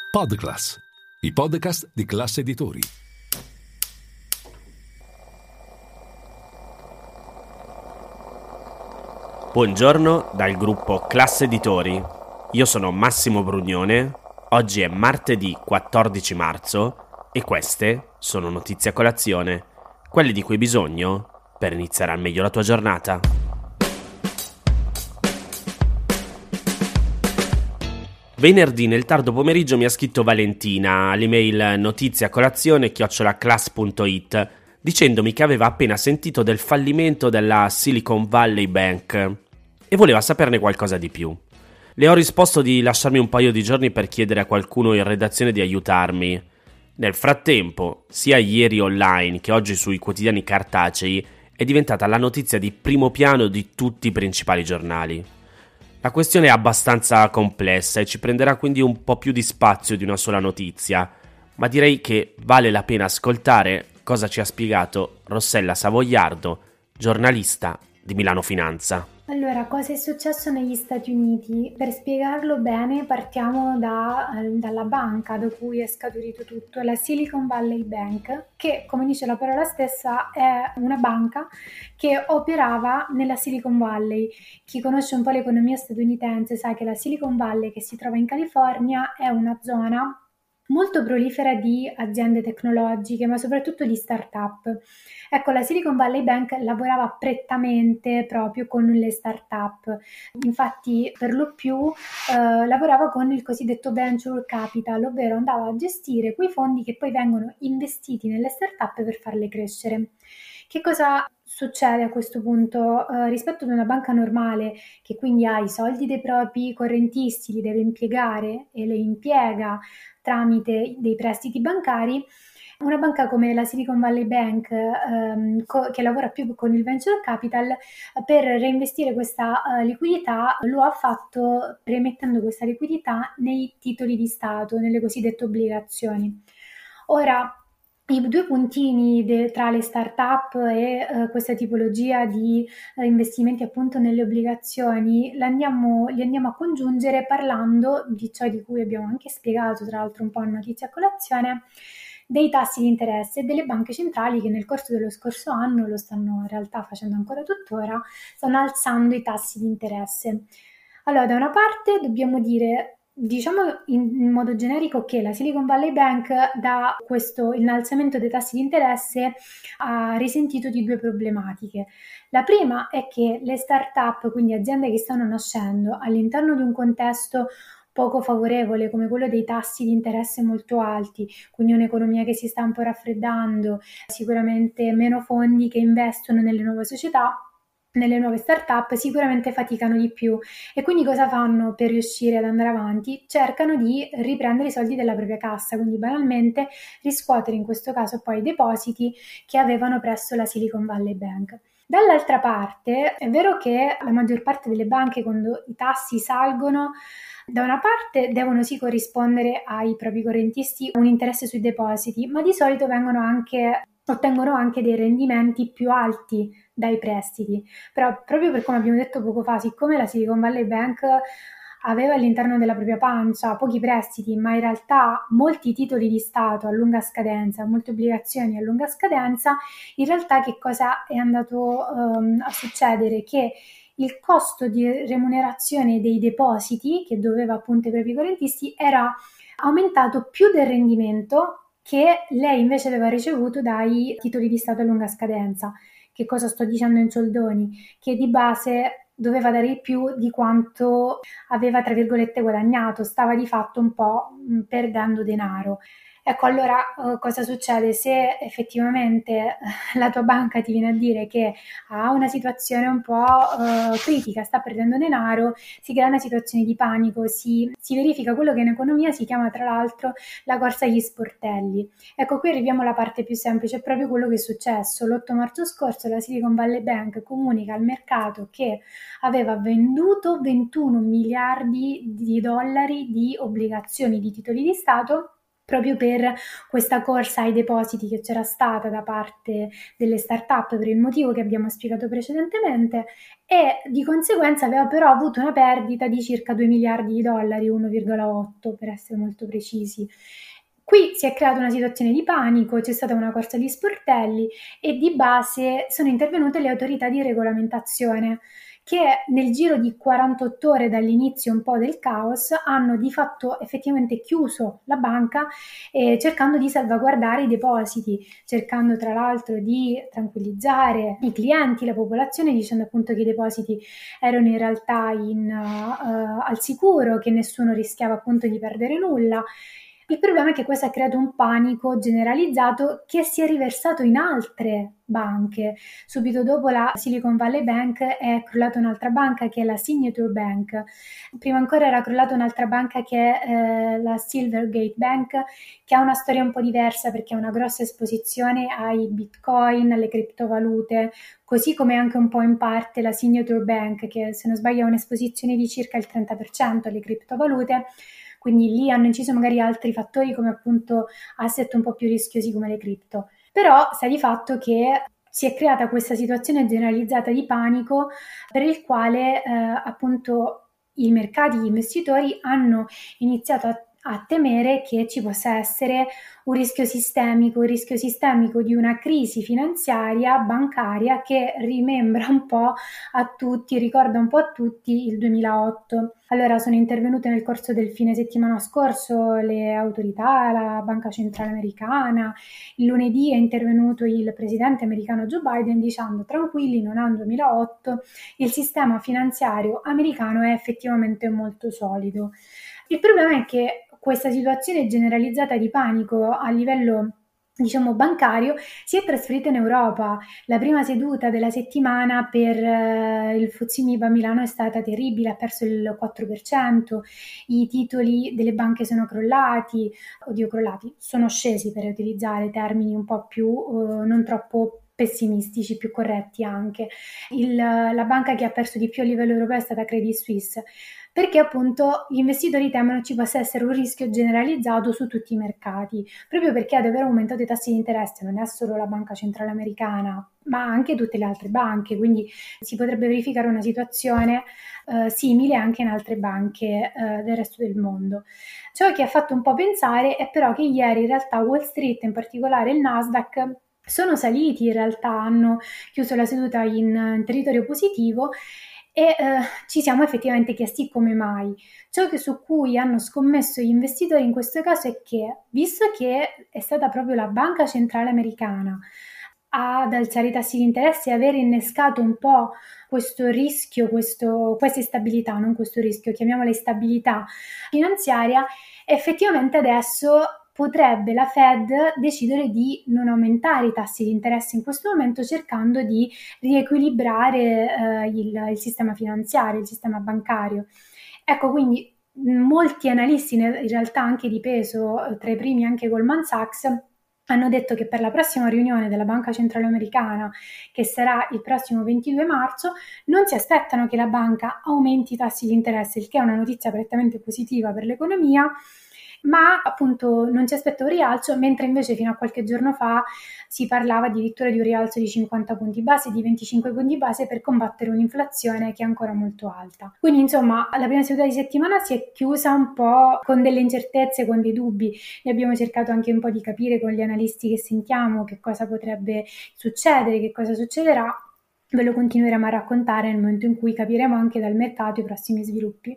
Podclass, i podcast di Classe Editori. Buongiorno dal gruppo Classe Editori. Io sono Massimo Brugnone. Oggi è martedì 14 marzo e queste sono notizie a colazione, quelle di cui hai bisogno per iniziare al meglio la tua giornata. Venerdì nel tardo pomeriggio mi ha scritto Valentina all'email notiziacolazione@class.it dicendomi che aveva appena sentito del fallimento della Silicon Valley Bank e voleva saperne qualcosa di più. Le ho risposto di lasciarmi un paio di giorni per chiedere a qualcuno in redazione di aiutarmi. Nel frattempo, sia ieri online che oggi sui quotidiani cartacei, è diventata la notizia di primo piano di tutti i principali giornali. La questione è abbastanza complessa e ci prenderà quindi un po' più di spazio di una sola notizia, ma direi che vale la pena ascoltare cosa ci ha spiegato Rossella Savoiardo, giornalista di Milano Finanza. Allora, cosa è successo negli Stati Uniti? Per spiegarlo bene partiamo dalla banca da cui è scaturito tutto, la Silicon Valley Bank, che come dice la parola stessa è una banca che operava nella Silicon Valley. Chi conosce un po' l'economia statunitense sa che la Silicon Valley, che si trova in California, è una zona molto prolifera di aziende tecnologiche, ma soprattutto di start-up. Ecco, la Silicon Valley Bank lavorava prettamente proprio con le start-up, infatti per lo più lavorava con il cosiddetto venture capital, ovvero andava a gestire quei fondi che poi vengono investiti nelle start-up per farle crescere. Che cosa succede a questo punto? Rispetto ad una banca normale che quindi ha i soldi dei propri correntisti, li deve impiegare e le impiega tramite dei prestiti bancari, una banca come la Silicon Valley Bank, che lavora più con il venture capital, per reinvestire questa liquidità lo ha fatto remettendo questa liquidità nei titoli di Stato, nelle cosiddette obbligazioni. Ora, i due puntini tra le start-up e questa tipologia di investimenti appunto nelle obbligazioni li andiamo a congiungere parlando di ciò di cui abbiamo anche spiegato, tra l'altro un po' in notizia a colazione, dei tassi di interesse e delle banche centrali che nel corso dello scorso anno, lo stanno in realtà facendo ancora tuttora, stanno alzando i tassi di interesse. Allora, da una parte dobbiamo dire, diciamo in modo generico, che la Silicon Valley Bank da questo innalzamento dei tassi di interesse ha risentito di due problematiche. La prima è che le start-up, quindi aziende che stanno nascendo all'interno di un contesto poco favorevole come quello dei tassi di interesse molto alti, quindi un'economia che si sta un po' raffreddando, sicuramente meno fondi che investono nelle nuove società, nelle nuove start-up, sicuramente faticano di più e quindi cosa fanno per riuscire ad andare avanti? Cercano di riprendere i soldi della propria cassa, quindi banalmente riscuotere in questo caso poi i depositi che avevano presso la Silicon Valley Bank. Dall'altra parte è vero che la maggior parte delle banche, quando i tassi salgono, da una parte devono sì corrispondere ai propri correntisti un interesse sui depositi, ma di solito ottengono anche dei rendimenti più alti dai prestiti. Però proprio per come abbiamo detto poco fa, siccome la Silicon Valley Bank aveva all'interno della propria pancia pochi prestiti, ma in realtà molti titoli di Stato a lunga scadenza, molte obbligazioni a lunga scadenza, in realtà che cosa è andato a succedere? Che il costo di remunerazione dei depositi che doveva appunto ai propri correntisti era aumentato più del rendimento che lei invece aveva ricevuto dai titoli di Stato a lunga scadenza. Che cosa sto dicendo in soldoni? Che di base doveva dare più di quanto aveva, tra virgolette, guadagnato, stava di fatto un po' perdendo denaro. Ecco, allora cosa succede? Se effettivamente la tua banca ti viene a dire che ha una situazione un po' critica, sta perdendo denaro, si crea una situazione di panico, si verifica quello che in economia si chiama tra l'altro la corsa agli sportelli. Ecco, qui arriviamo alla parte più semplice, è proprio quello che è successo. L'8 marzo scorso la Silicon Valley Bank comunica al mercato che aveva venduto 21 miliardi di dollari di obbligazioni di titoli di Stato proprio per questa corsa ai depositi che c'era stata da parte delle start-up per il motivo che abbiamo spiegato precedentemente, e di conseguenza aveva però avuto una perdita di circa 2 miliardi di dollari, 1,8 per essere molto precisi. Qui si è creata una situazione di panico, c'è stata una corsa agli sportelli e di base sono intervenute le autorità di regolamentazione che nel giro di 48 ore dall'inizio un po' del caos hanno di fatto effettivamente chiuso la banca cercando di salvaguardare i depositi, cercando tra l'altro di tranquillizzare i clienti, la popolazione, dicendo appunto che i depositi erano in realtà al sicuro, che nessuno rischiava appunto di perdere nulla. Il problema è che questo ha creato un panico generalizzato che si è riversato in altre banche. Subito dopo la Silicon Valley Bank è crollata un'altra banca che è la Signature Bank. Prima ancora era crollata un'altra banca che è la Silvergate Bank, che ha una storia un po' diversa perché ha una grossa esposizione ai bitcoin, alle criptovalute, così come anche un po' in parte la Signature Bank, che se non sbaglio ha un'esposizione di circa il 30% alle criptovalute. Quindi lì hanno inciso magari altri fattori come appunto asset un po' più rischiosi come le cripto. Però sta di fatto che si è creata questa situazione generalizzata di panico per il quale appunto i mercati, gli investitori hanno iniziato a temere che ci possa essere un rischio sistemico di una crisi finanziaria, bancaria, che rimembra un po' a tutti, ricorda un po' a tutti il 2008. Allora sono intervenute nel corso del fine settimana scorso le autorità, la Banca Centrale Americana. Il lunedì è intervenuto il presidente americano Joe Biden dicendo: tranquilli, non è un 2008, il sistema finanziario americano è effettivamente molto solido. Il problema è che questa situazione generalizzata di panico a livello bancario si è trasferita in Europa. La prima seduta della settimana per il FTSE MIB a Milano è stata terribile, ha perso il 4%, i titoli delle banche sono crollati, sono scesi, per utilizzare termini un po' più non troppo pessimistici, più corretti anche. La banca che ha perso di più a livello europeo è stata Credit Suisse, perché appunto gli investitori temono ci possa essere un rischio generalizzato su tutti i mercati, proprio perché ad aver aumentato i tassi di interesse non è solo la Banca Centrale Americana, ma anche tutte le altre banche, quindi si potrebbe verificare una situazione simile anche in altre banche del resto del mondo. Ciò che ha fatto un po' pensare è però che ieri in realtà Wall Street, in particolare il Nasdaq, sono saliti, in realtà hanno chiuso la seduta in territorio positivo e ci siamo effettivamente chiesti come mai. Ciò su cui hanno scommesso gli investitori in questo caso è che, visto che è stata proprio la Banca Centrale Americana ad alzare i tassi di interesse e aver innescato un po' questo rischio, questa instabilità, non questo rischio, chiamiamola instabilità finanziaria, effettivamente adesso potrebbe la Fed decidere di non aumentare i tassi di interesse in questo momento, cercando di riequilibrare il sistema finanziario, il sistema bancario. Ecco, quindi molti analisti, in realtà anche di peso, tra i primi anche Goldman Sachs, hanno detto che per la prossima riunione della Banca Centrale Americana, che sarà il prossimo 22 marzo, non si aspettano che la banca aumenti i tassi di interesse, il che è una notizia prettamente positiva per l'economia, ma appunto non si aspetta un rialzo, mentre invece fino a qualche giorno fa si parlava addirittura di un rialzo di 50 punti base, di 25 punti base, per combattere un'inflazione che è ancora molto alta. Quindi insomma la prima seduta di settimana si è chiusa un po' con delle incertezze, con dei dubbi. Ne abbiamo cercato anche un po' di capire con gli analisti che sentiamo che cosa potrebbe succedere, che cosa succederà. Ve lo continueremo a raccontare nel momento in cui capiremo anche dal mercato i prossimi sviluppi.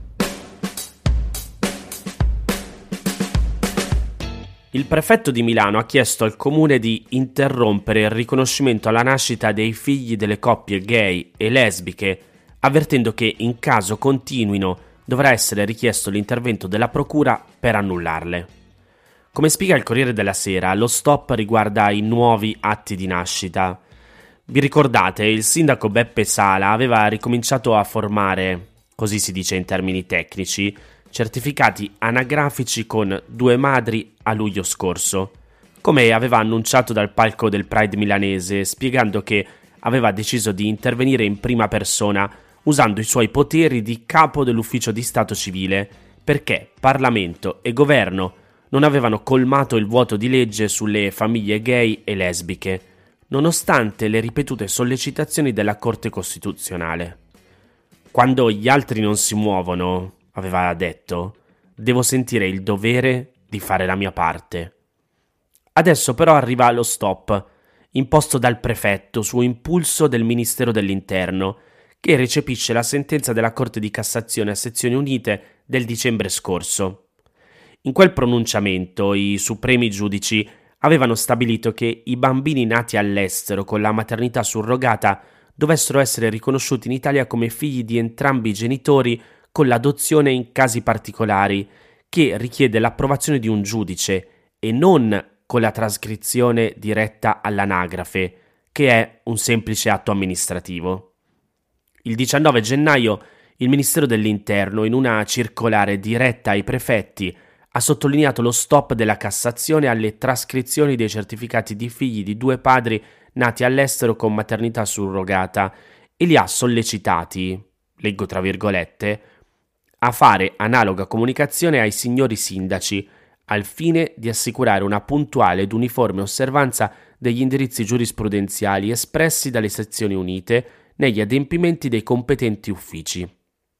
Il prefetto di Milano ha chiesto al comune di interrompere il riconoscimento alla nascita dei figli delle coppie gay e lesbiche, avvertendo che in caso continuino dovrà essere richiesto l'intervento della procura per annullarle. Come spiega il Corriere della Sera, lo stop riguarda i nuovi atti di nascita. Vi ricordate, il sindaco Beppe Sala aveva ricominciato a formare, così si dice in termini tecnici, certificati anagrafici con 2 madri a luglio scorso, come aveva annunciato dal palco del Pride milanese, spiegando che aveva deciso di intervenire in prima persona usando i suoi poteri di capo dell'ufficio di Stato civile, perché Parlamento e Governo non avevano colmato il vuoto di legge sulle famiglie gay e lesbiche, nonostante le ripetute sollecitazioni della Corte Costituzionale. Quando gli altri non si muovono, aveva detto, devo sentire il dovere di fare la mia parte. Adesso però arriva lo stop, imposto dal prefetto su impulso del Ministero dell'Interno, che recepisce la sentenza della Corte di Cassazione a sezioni unite del dicembre scorso. In quel pronunciamento i supremi giudici avevano stabilito che i bambini nati all'estero con la maternità surrogata dovessero essere riconosciuti in Italia come figli di entrambi i genitori con l'adozione in casi particolari, che richiede l'approvazione di un giudice e non con la trascrizione diretta all'anagrafe, che è un semplice atto amministrativo. Il 19 gennaio il Ministero dell'Interno, in una circolare diretta ai prefetti, ha sottolineato lo stop della Cassazione alle trascrizioni dei certificati di figli di 2 padri nati all'estero con maternità surrogata e li ha sollecitati, leggo tra virgolette, a fare analoga comunicazione ai signori sindaci al fine di assicurare una puntuale ed uniforme osservanza degli indirizzi giurisprudenziali espressi dalle sezioni unite negli adempimenti dei competenti uffici.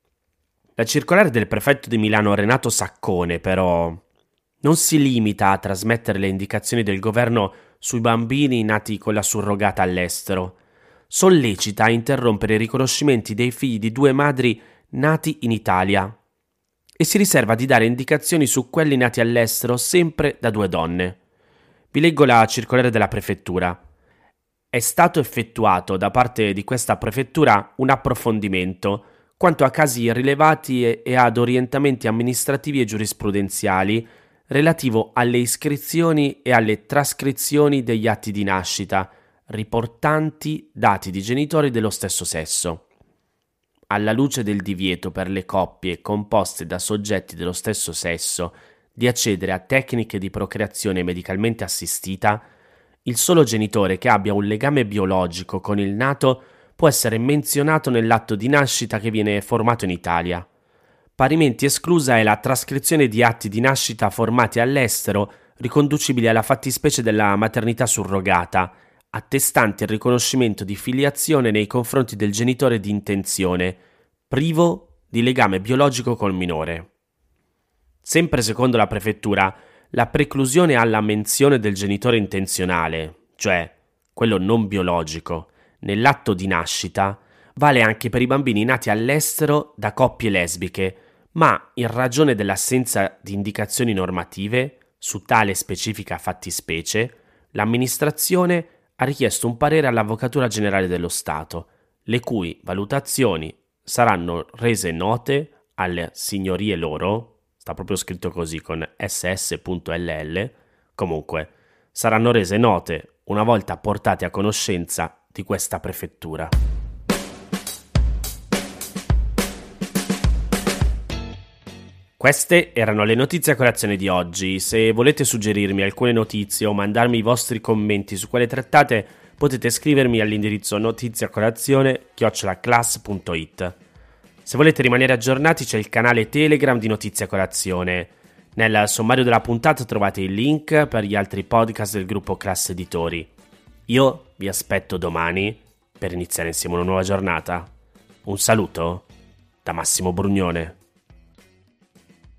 La circolare del prefetto di Milano Renato Saccone, però, non si limita a trasmettere le indicazioni del governo sui bambini nati con la surrogata all'estero. Sollecita a interrompere i riconoscimenti dei figli di 2 madri nati in Italia e si riserva di dare indicazioni su quelli nati all'estero sempre da 2 donne. Vi leggo la circolare della prefettura. È stato effettuato da parte di questa prefettura un approfondimento quanto a casi rilevati e ad orientamenti amministrativi e giurisprudenziali relativo alle iscrizioni e alle trascrizioni degli atti di nascita riportanti dati di genitori dello stesso sesso. Alla luce del divieto per le coppie composte da soggetti dello stesso sesso di accedere a tecniche di procreazione medicalmente assistita, il solo genitore che abbia un legame biologico con il nato può essere menzionato nell'atto di nascita che viene formato in Italia. Parimenti esclusa è la trascrizione di atti di nascita formati all'estero riconducibili alla fattispecie della maternità surrogata, attestanti il riconoscimento di filiazione nei confronti del genitore di intenzione, privo di legame biologico col minore. Sempre secondo la prefettura, la preclusione alla menzione del genitore intenzionale, cioè quello non biologico, nell'atto di nascita, vale anche per i bambini nati all'estero da coppie lesbiche, ma in ragione dell'assenza di indicazioni normative su tale specifica fattispecie, l'amministrazione ha richiesto un parere all'Avvocatura Generale dello Stato, le cui valutazioni saranno rese note alle signorie loro, sta proprio scritto così con ss.ll, comunque saranno rese note una volta portate a conoscenza di questa prefettura. Queste erano le notizie a colazione di oggi. Se volete suggerirmi alcune notizie o mandarmi i vostri commenti su quelle trattate, potete scrivermi all'indirizzo notiziacolazione@class.it. Se volete rimanere aggiornati c'è il canale Telegram di Notizie a Colazione. Nel sommario della puntata trovate il link per gli altri podcast del gruppo Class Editori. Io vi aspetto domani per iniziare insieme una nuova giornata. Un saluto da Massimo Brugnone.